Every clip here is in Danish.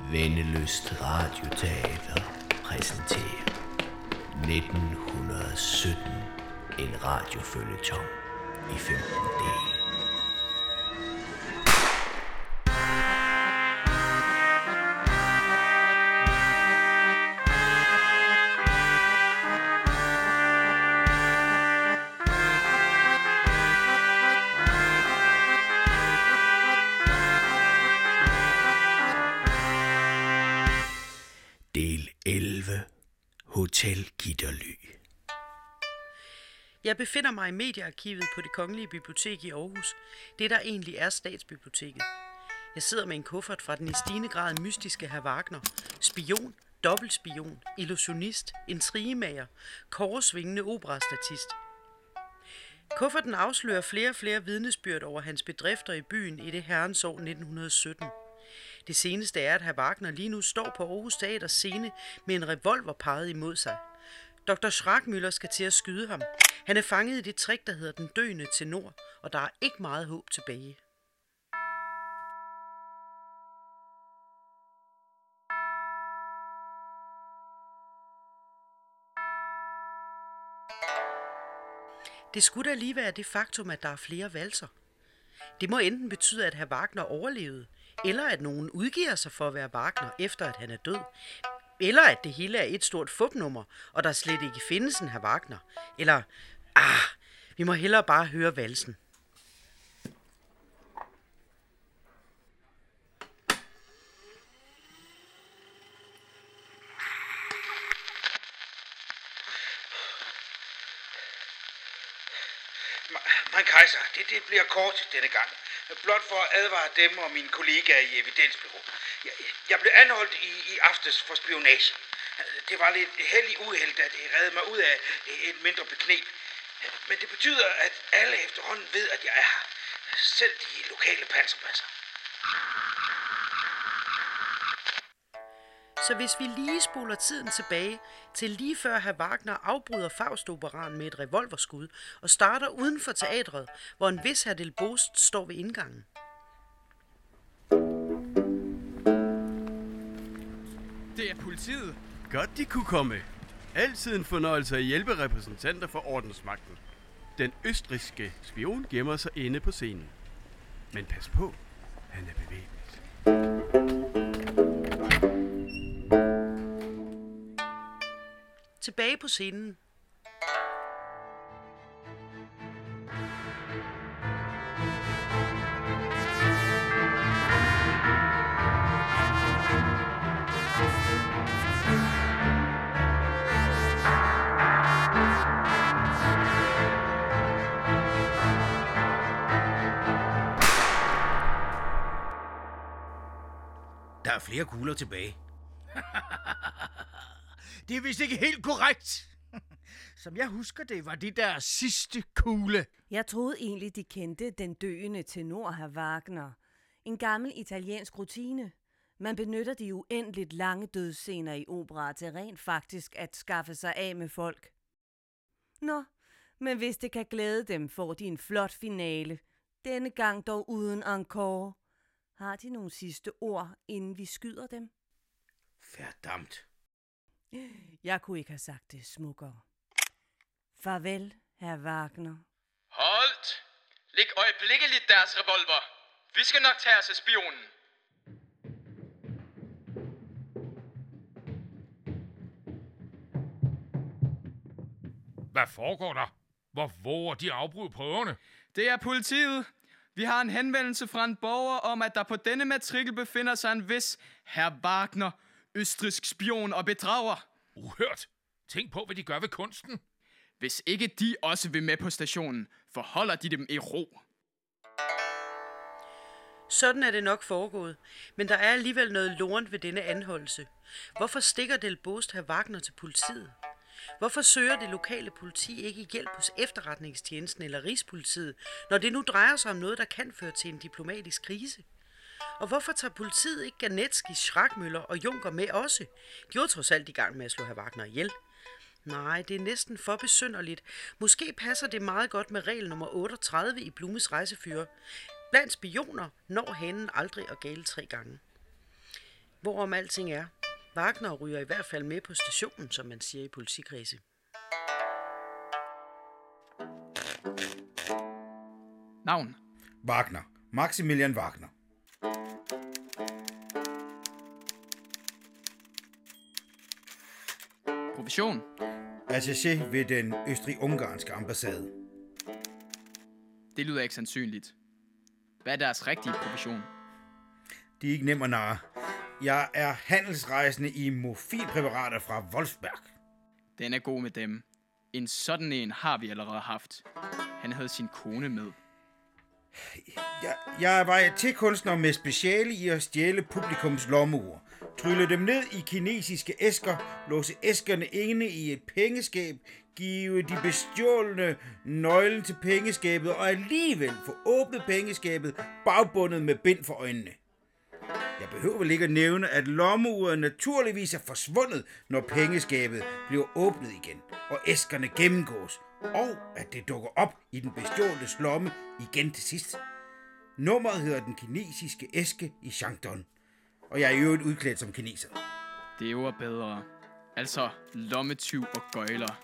Vennelyst Radioteater præsenterer 1917, en radioføljeton i 15 dele. Del 11. Hotel Gitterly. Jeg befinder mig i mediearkivet på Det Kongelige Bibliotek i Aarhus, det der egentlig er Statsbiblioteket. Jeg sidder med en kuffert fra den i stigende grad mystiske hr. Wagner, spion, dobbeltspion, illusionist, intrigemager, kåresvingende operastatist. Kufferten afslører flere og flere vidnesbyrd over hans bedrifter i byen i det herrens år 1917. Det seneste er, at hr. Wagner lige nu står på Aarhus Teaters scene med en revolver peget imod sig. Dr. Schrackmüller skal til at skyde ham. Han er fanget i det trick, der hedder den døende tenor, og der er ikke meget håb tilbage. Det skulle da lige være det faktum, at der er flere valser. Det må enten betyde, at hr. Wagner overlevede, eller at nogen udgiver sig for at være Wagner, efter at han er død. Eller at det hele er et stort fupnummer, og der slet ikke findes en hr. Wagner. Eller, vi må hellere bare høre valsen. Mein Kaiser, det bliver kort denne gang. Blot for at advare dem og mine kollegaer i evidensbyrå. Jeg blev anholdt i aftes for spionage. Det var lidt heldig uheld, at det reddede mig ud af et mindre bekneb. Men det betyder, at alle efterhånden ved, at jeg er her. Selv de lokale panserpladser. Så hvis vi lige spoler tiden tilbage til lige før hr. Wagner afbryder Faust-operaen med et revolverskud og starter uden for teatret, hvor en vis hr. Delbost står ved indgangen. Det er politiet. Godt de kunne komme. Altid en fornøjelse at hjælpe repræsentanter for ordensmagten. Den østrigske spion gemmer sig inde på scenen. Men pas på, han er bevæbnet. Tilbage på scenen. Der er flere kugler tilbage. Det er vist ikke helt korrekt. Som jeg husker det, var det der sidste kugle. Jeg troede egentlig, de kendte den døende tenor hr. Wagner. En gammel italiensk rutine. Man benytter de uendeligt lange dødsscener i opera til rent faktisk at skaffe sig af med folk. Nå, men hvis det kan glæde dem, får de en flot finale. Denne gang dog uden encore. Har de nogle sidste ord, inden vi skyder dem? Verdammt. Jeg kunne ikke have sagt det smukkere. Farvel, hr. Wagner. Holdt! Læg øjeblikkeligt deres revolver. Vi skal nok tage os af spionen. Hvad foregår der? Hvor våger de afbryde prøverne? Det er politiet. Vi har en henvendelse fra en borger om, at der på denne matrikel befinder sig en vis hr. Wagner, østrigsk spion og bedrager. Uhørt. Tænk på, hvad de gør ved kunsten. Hvis ikke de også vil med på stationen, forholder de dem i ro. Sådan er det nok foregået, men der er alligevel noget lorent ved denne anholdelse. Hvorfor stikker Delbost hr. Wagner til politiet? Hvorfor søger det lokale politi ikke hjælp hos efterretningstjenesten eller Rigspolitiet, når det nu drejer sig om noget, der kan føre til en diplomatisk krise? Og hvorfor tager politiet ikke Ganetsky, Schrackmüller og Juncker med også? De var trods alt i gang med at slå hr. Wagner ihjel. Nej, det er næsten for besynderligt. Måske passer det meget godt med regel nummer 38 i Blumes rejsefyre. Blandt spioner når hanen aldrig at gale 3 gange. Hvorom alting er, Wagner ryger i hvert fald med på stationen, som man siger i politikredse. Navn. Wagner. Maximilian Wagner. Profession. Attaché ved den østrig-ungarske ambassade. Det lyder ikke sandsynligt. Hvad er deres rigtige profession? De er ikke nem at narre. Jeg er handelsrejsende i morfinpræparater fra Wolfsberg. Den er god med dem. En sådan en har vi allerede haft. Han havde sin kone med. Jeg var tekunstner med speciale i at stjæle publikums lommeure. Trylle dem ned i kinesiske æsker, låse æskerne inde i et pengeskab, give de bestjålne nøglen til pengeskabet og alligevel få åbnet pengeskabet bagbundet med bind for øjnene. Jeg behøver vel ikke at nævne, at lommeuret naturligvis er forsvundet, når pengeskabet bliver åbnet igen, og æskerne gennemgås, og at det dukker op i den bestjålne lomme igen til sidst. Nummeret hedder den kinesiske æske i Shandong, og jeg er i øvrigt udklædt som kineser. Det var bedre. Altså lommetyv og gøjler.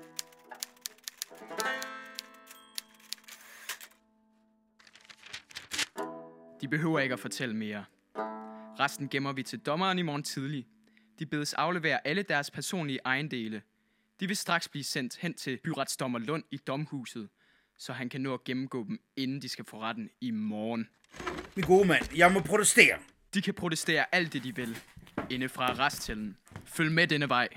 De behøver ikke at fortælle mere. Resten gemmer vi til dommeren i morgen tidlig. De bedes aflevere alle deres personlige ejendele. De vil straks blive sendt hen til byretsdommer Lund i domhuset, så han kan nå at gennemgå dem, inden de skal få retten i morgen. Min gode mand, jeg må protestere. De kan protestere alt det, de vil. Inde fra arrestcellen. Følg med denne vej.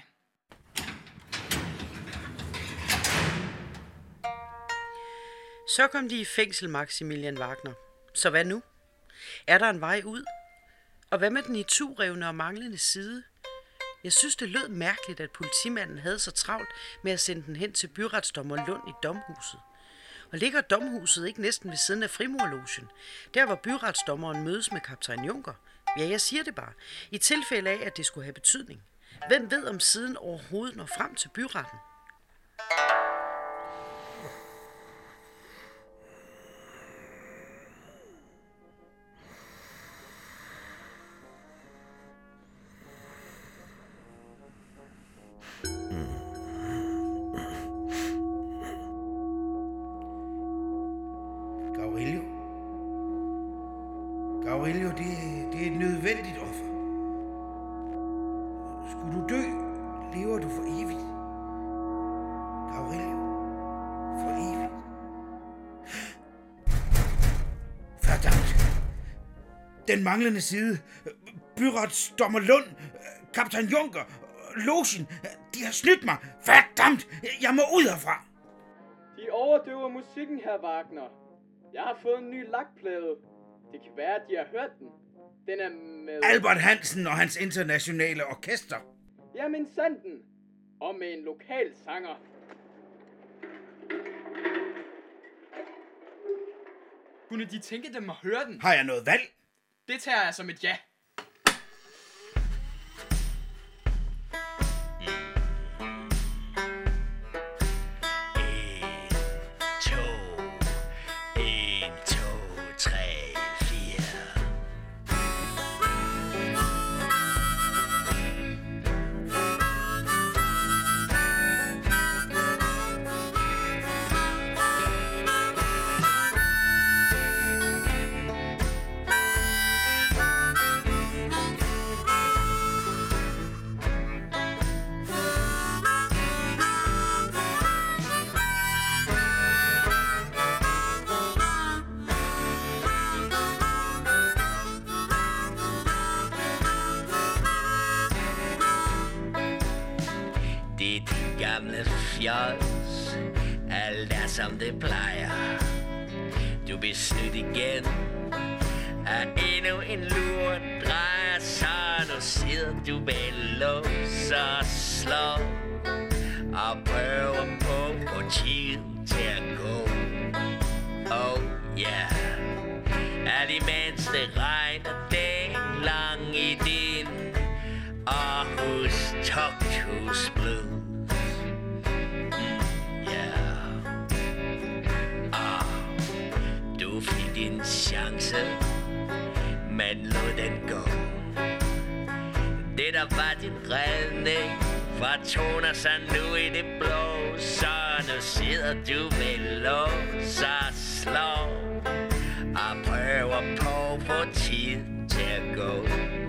Så kom de i fængsel, Maximilian Wagner. Så hvad nu? Er der en vej ud? Og hvad med den iturevne og manglende side? Jeg synes, det lød mærkeligt, at politimanden havde så travlt med at sende den hen til byretsdommer Lund i domhuset. Og ligger domhuset ikke næsten ved siden af Frimurlogen? Der hvor byretsdommeren mødes med kaptajn Juncker. Ja, jeg siger det bare. I tilfælde af, at det skulle have betydning. Hvem ved, om siden overhovedet når frem til byretten? Gavrilo, det er et nødvendigt offer. Skulle du dø, lever du for evigt. Gavrilo, for evigt. Verdammt. Den manglende side. Byretsdommer Lund, kaptajn Juncker, logen, de har snydt mig. Verdammt, jeg må ud herfra. De overdøver musikken, herr Wagner. Jeg har fået en ny lakplade. Det kan være, at de har hørt den. Den er med... Albert Hansen og hans internationale orkester. Jamen sanden. Og med en lokal sanger. Kunne de tænke dem at høre den? Har jeg noget valg? Det tager jeg som et ja. Gamle fjols, alt er som det plejer. Du bliver snydt igen af endnu en lur drejer, så nu sidder du med lås og slår og prøver på at få tid til at gå. Oh yeah, alt imens det regner den lang i din Aarhus Tugthus Blue. Du fik din chance, men lod den gå. Det der var din redning fortoner sig nu i det blå. Så nu sidder du ved lås og slår og prøver på at få tid til at gå.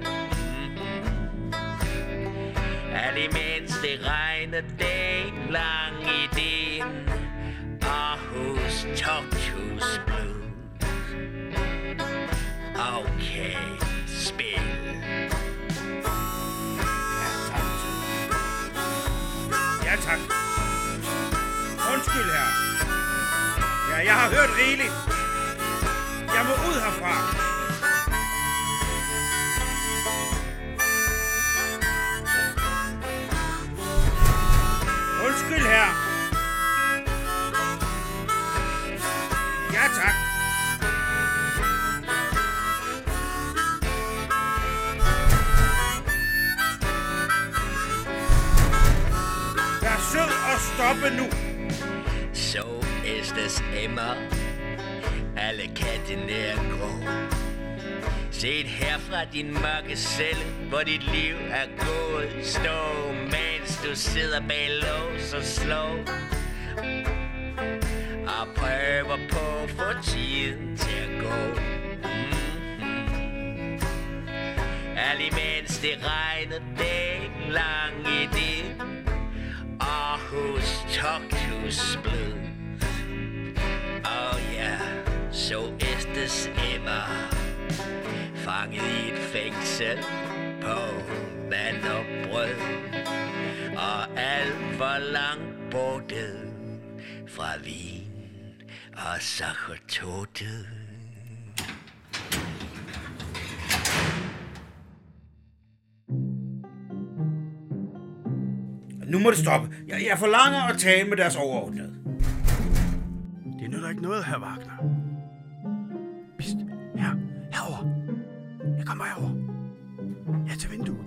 Alt imens det regner dag lang i din Aarhus Tugthus Blues. Okay, spil. Ja, tak. Undskyld her. Ja, jeg har hørt rigeligt. Jeg må ud herfra. Undskyld her. Ja, tak. Vær sød og stoppe nu. Så ist es immer. Alle kattene er grå. Set her fra din mørke celle, hvor dit liv er gået stå, mens du sidder bag lås og slå og prøver på at få tiden til at gå. Alt imens det regner dag lang i din Aarhus Tugthus Blues. Oh ja, så ist es immer. Fanget i et fængsel på vand og brød, og alt for langt borte fra vin og sukkertorte. Nu må det stoppe. Jeg forlanger at tale med deres overordnede. Det nytter ikke noget, herr Wagner. Psst, herover. Jeg kommer herover. Ja, til vinduet.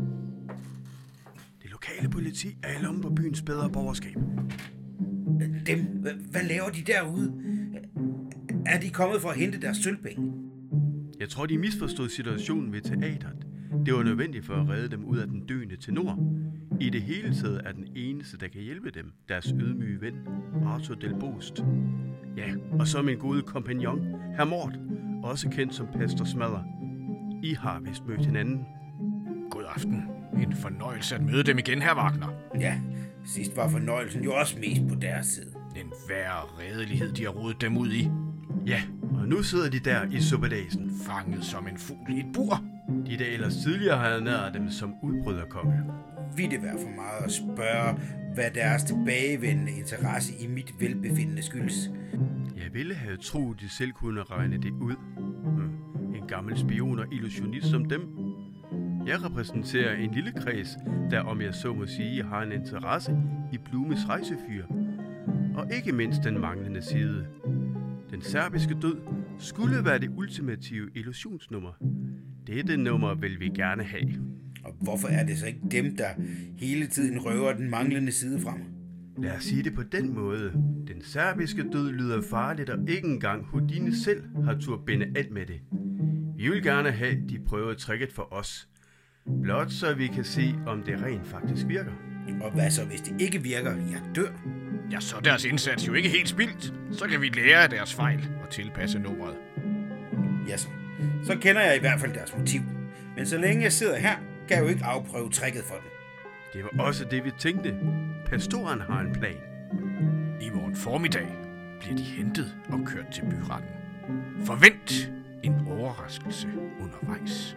Det lokale politi er i lommen på byens bedre borgerskab. Dem, hvad laver de derude? Er de kommet for at hente deres sølvpenge? Jeg tror, de misforstod situationen ved teatret. Det var nødvendigt for at redde dem ud af den døende tenor. I det hele taget er den eneste, der kan hjælpe dem, deres ydmyge ven, Arthur Delbost. Ja, og så min gode kompagnon, herr Mort, også kendt som Pastor Smadder. I har vist mødt hinanden. God aften. En fornøjelse at møde dem igen, herr Wagner. Ja, sidst var fornøjelsen jo også mest på deres side. En værre redelighed, de har rodet dem ud i. Ja, og nu sidder de der i suppedasen. Fanget som en fugl i et bur. De, der ellers tidligere havde nær dem som udbryderkonge. Vil det være for meget at spørge, hvad deres tilbagevendende interesse i mit velbefindende skyldes? Jeg ville have troet, de selv kunne regne det ud. En gammel spion og illusionist som dem. Jeg repræsenterer en lille kreds, der om jeg så må sige har en interesse i Blumes rejsefyr. Og ikke mindst den manglende side. Den serbiske død skulle være det ultimative illusionsnummer. Dette nummer vil vi gerne have. Og hvorfor er det så ikke dem, der hele tiden røver den manglende side frem? Lad os sige det på den måde. Den serbiske død lyder farligt, og ikke engang Houdini selv har turde binde alt med det. Vi vil gerne have, de prøver tricket for os. Blot så vi kan se, om det rent faktisk virker. Og hvad så, hvis det ikke virker? Jeg dør. Ja, så er deres indsats jo ikke helt spildt. Så kan vi lære af deres fejl og tilpasse nummeret. Ja, så kender jeg i hvert fald deres motiv. Men så længe jeg sidder her, kan jeg jo ikke afprøve tricket for dem. Det var også det, vi tænkte. Pastoren har en plan. I morgen formiddag bliver de hentet og kørt til byretten. Forvent en overraskelse undervejs.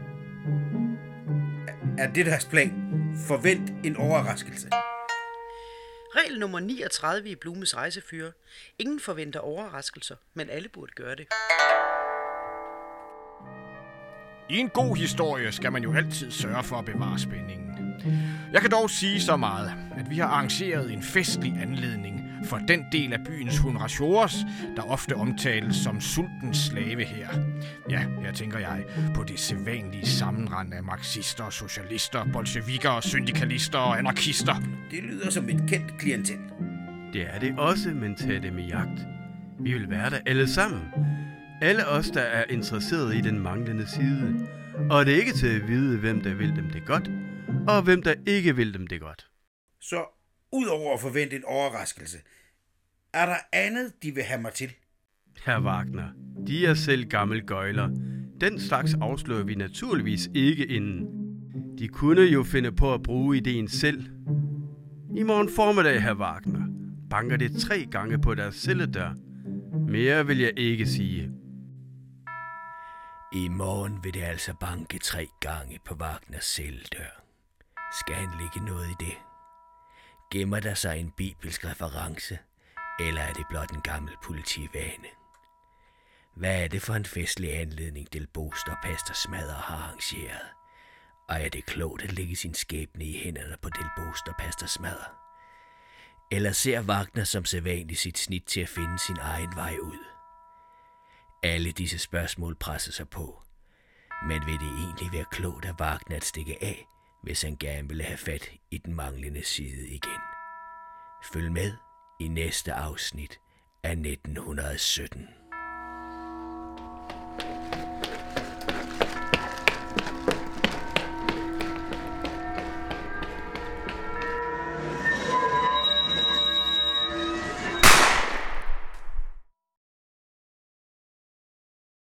Er det deres plan? Forvent en overraskelse. Regel nummer 39 i Blumes rejsefyre. Ingen forventer overraskelser, men alle burde gøre det. I en god historie skal man jo altid sørge for at bevare spændingen. Jeg kan dog sige så meget, at vi har arrangeret en festlig anledning for den del af byens Hunrashores, der ofte omtales som sultens slave her. Ja, her tænker jeg på det sædvanlige sammenrend af marxister, socialister, bolsjevikker, syndikalister og anarkister. Det lyder som et kendt klientel. Det er det også, men tag det med jagt. Vi vil være der alle sammen. Alle os, der er interesseret i den manglende side. og det er ikke til at vide, hvem der vil dem det godt, og hvem der ikke vil dem det godt. Så udover at forvente en overraskelse, er der andet, de vil have mig til? Herr Wagner, de er selv gammel gøjler. Den slags afslører vi naturligvis ikke inden. De kunne jo finde på at bruge ideen selv. I morgen formiddag, herr Wagner, banker det 3 gange på deres celledør. Mere vil jeg ikke sige. I morgen vil det altså banke 3 gange på Wagners celledør. Skal han ligge noget i det? Gemmer der sig en bibelsk reference, eller er det blot en gammel politivane? Hvad er det for en festlig anledning, Del Bost og Pastor Smadder har arrangeret? Og er det klogt at lægge sin skæbne i hænderne på Del Bost og Pastor Smadder? Eller ser Wagner som sædvanligt sit snit til at finde sin egen vej ud? Alle disse spørgsmål presser sig på. Men vil det egentlig være klogt af Wagner at stikke af, hvis han gerne vil have fat i den manglende side igen? Følg med i næste afsnit af 1917.